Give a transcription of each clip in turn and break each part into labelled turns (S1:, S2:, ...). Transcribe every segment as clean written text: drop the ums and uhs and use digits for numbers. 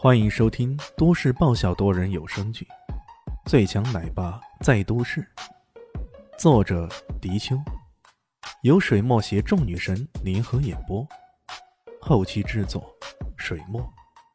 S1: 欢迎收听都市爆笑多人有声剧《最强奶爸在都市》，作者：迪秋，由水墨携众女神联合演播，后期制作：水墨。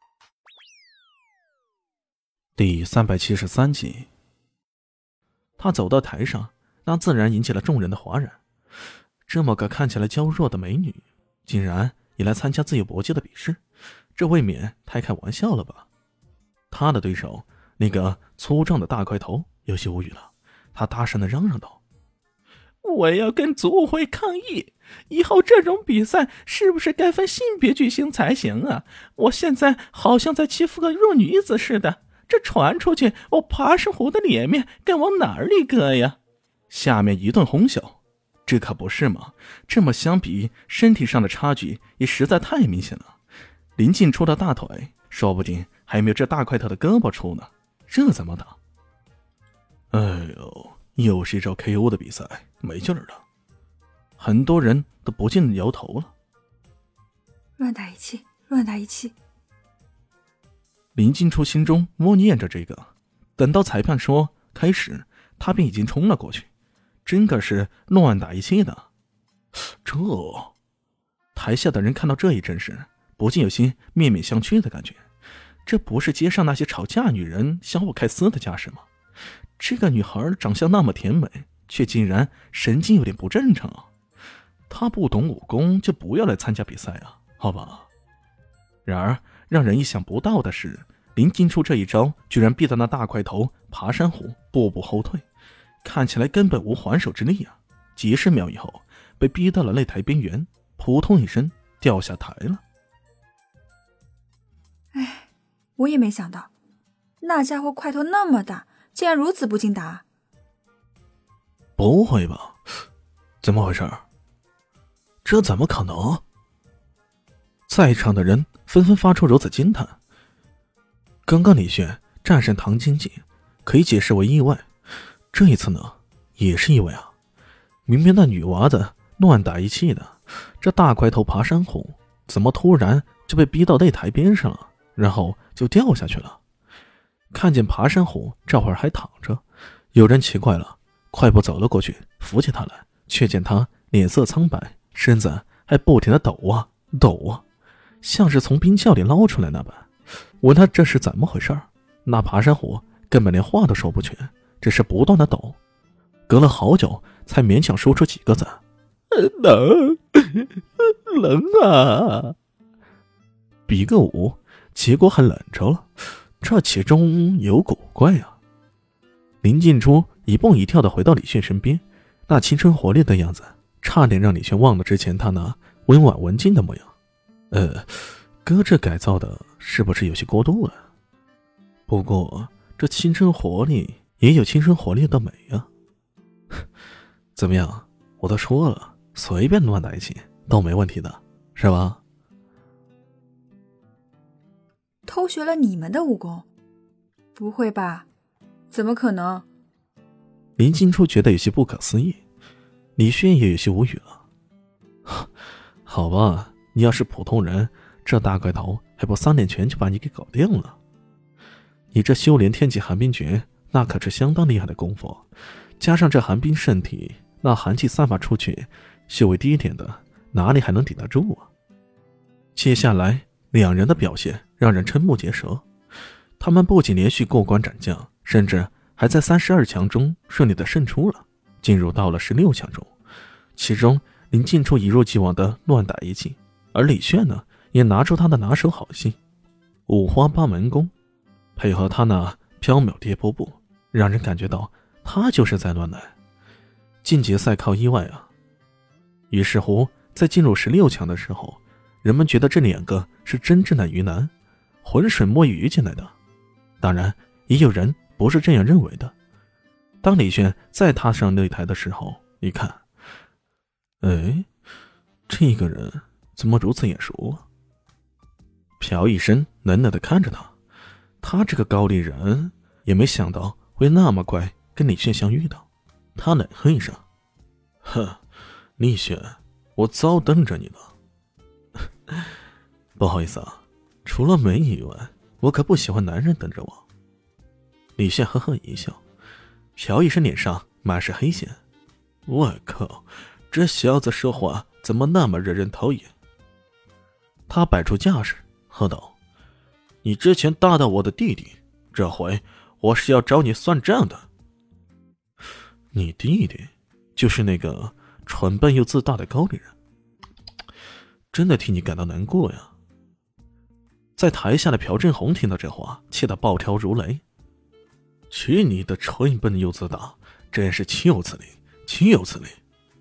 S1: 第373集，他走到台上，那自然引起了众人的哗然。这么个看起来娇弱的美女，竟然也来参加自由搏击的比试，这未免太开玩笑了吧？他的对手那个粗壮的大块头有些无语了，他大声地嚷嚷道：“
S2: 我要跟组委会抗议，以后这种比赛是不是该分性别举行才行啊？我现在好像在欺负个弱女子似的，这传出去，我爬山虎的脸面该往哪里搁呀？”
S1: 下面一顿哄笑，这可不是嘛，这么相比，身体上的差距也实在太明显了。林静初的大腿说不定还没有这大块头的胳膊粗呢，这怎么打？哎呦，又是一招 KO 的比赛，没劲儿了。很多人都不禁摇头了。
S3: 乱打一气，乱打一气。
S1: 林静初心中默念着这个，等到裁判说开始，他便已经冲了过去，真个是乱打一气的。这台下的人看到这一阵势，不禁有些面面相觑的感觉。这不是街上那些吵架女人相互开撕的架势吗？这个女孩长相那么甜美，却竟然神经有点不正常啊！她不懂武功就不要来参加比赛啊，好吧？然而让人意想不到的是，林静初这一招居然逼得那大块头爬山虎步步后退，看起来根本无还手之力啊！几十秒以后，被逼到了擂台边缘，扑通一声掉下台了。
S3: 哎，我也没想到，那家伙块头那么大，竟然如此不经打。
S1: 不会吧？怎么回事？这怎么可能？在场的人纷纷发出如此惊叹。刚刚李炫战胜唐晶晶，可以解释为意外，这一次呢，也是意外啊！明明那女娃子乱打一气的，这大块头爬山虎怎么突然就被逼到擂台边上了，然后就掉下去了？看见爬山虎这会儿还躺着，有人奇怪了，快步走了过去扶起他来，却见他脸色苍白，身子还不停地抖啊抖啊，像是从冰窖里捞出来那般。问他这是怎么回事，那爬山虎根本连话都说不全，只是不断地抖，隔了好久才勉强说出几个字：冷啊！比个武，结果还冷着了，这其中有古怪啊！林静初一蹦一跳地回到李炫身边，那青春活力的样子，差点让李炫忘了之前他那温婉文静的模样。哥这改造的是不是有些过度了？不过这青春活力也有青春活力的美啊！怎么样？我都说了，随便乱打一气都没问题的，是吧？
S3: 偷学了你们的武功？不会吧？怎么可能？
S1: 林静初觉得有些不可思议，李炫也有些无语了。好吧，你要是普通人，这大块头还不3连拳就把你给搞定了。你这修炼天级寒冰诀，那可是相当厉害的功夫，加上这寒冰圣体，那寒气散发出去，修为低一点的哪里还能顶得住啊？接下来两人的表现让人瞠目结舌，他们不仅连续过关斩将，甚至还在32强中顺利的胜出了，进入到了16强中。其中林静初一如既往的乱打一气，而李炫呢，也拿出他的拿手好戏五花八门功，配合他那飘渺跌扑步，让人感觉到他就是在乱来。晋级赛靠意外啊！于是乎，在进入16强的时候，人们觉得这两个是真正的鱼腩，浑水摸鱼进来的。当然，也有人不是这样认为的。当李炫再踏上擂台的时候，一看，哎，这个人怎么如此眼熟啊？朴医生冷冷地看着他，他这个高丽人也没想到会那么快跟李炫相遇的。他冷哼一声：“哼，李炫，我早等着你了。”不好意思啊，除了美以外， 我可不喜欢男人等着我。李炫呵呵一笑，朴医生脸上满是黑线。我靠，这小子说话怎么那么惹人讨厌？他摆出架势，喝道：“你之前打到我的弟弟，这回我是要找你算账的。”你弟弟就是那个蠢笨又自大的高丽人，真的替你感到难过呀。在台下的朴正红听到这话，气得暴跳如雷。去你的蠢笨又自大，真是岂有此理，岂有此理！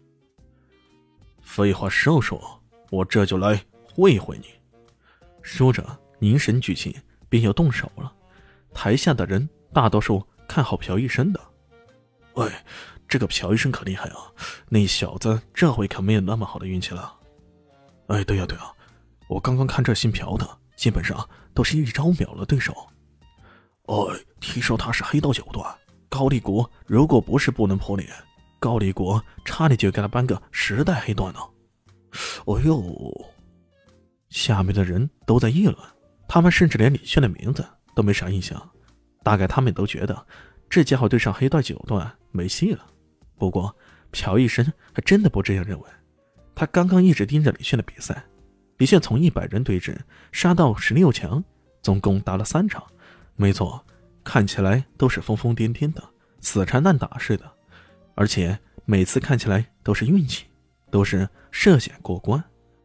S1: 废话少说，我这就来会会你。说着凝神聚气，便要动手了。台下的人大多数看好朴医生的。喂，这个朴医生可厉害啊，那小子这回可没有那么好的运气了。哎，对呀，我刚刚看这姓朴的，基本上都是一招秒了对手。听说他是黑道9段，高丽国如果不是不能破脸，高丽国差点就给他颁个10代黑段呢。哎呦，下面的人都在议论，他们甚至连李炫的名字都没啥印象，大概他们都觉得这家伙对上黑道9段没戏了。不过朴医生还真的不这样认为，他刚刚一直盯着李炫的比赛，李炫从100人对阵杀到16强，总共打了3场，没错，看起来都是疯疯癫癫的，死缠烂打似的，而且每次看起来都是运气，都是涉险过关。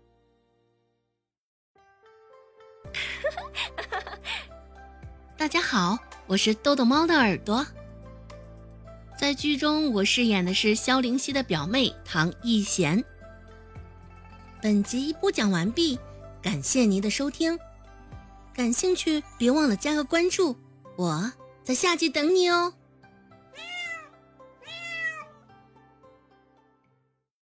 S4: 大家好，我是豆豆猫的耳朵。在剧中我饰演的是萧灵溪的表妹唐艺贤。本集播讲完毕，感谢您的收听。感兴趣别忘了加个关注，我在下集等你哦。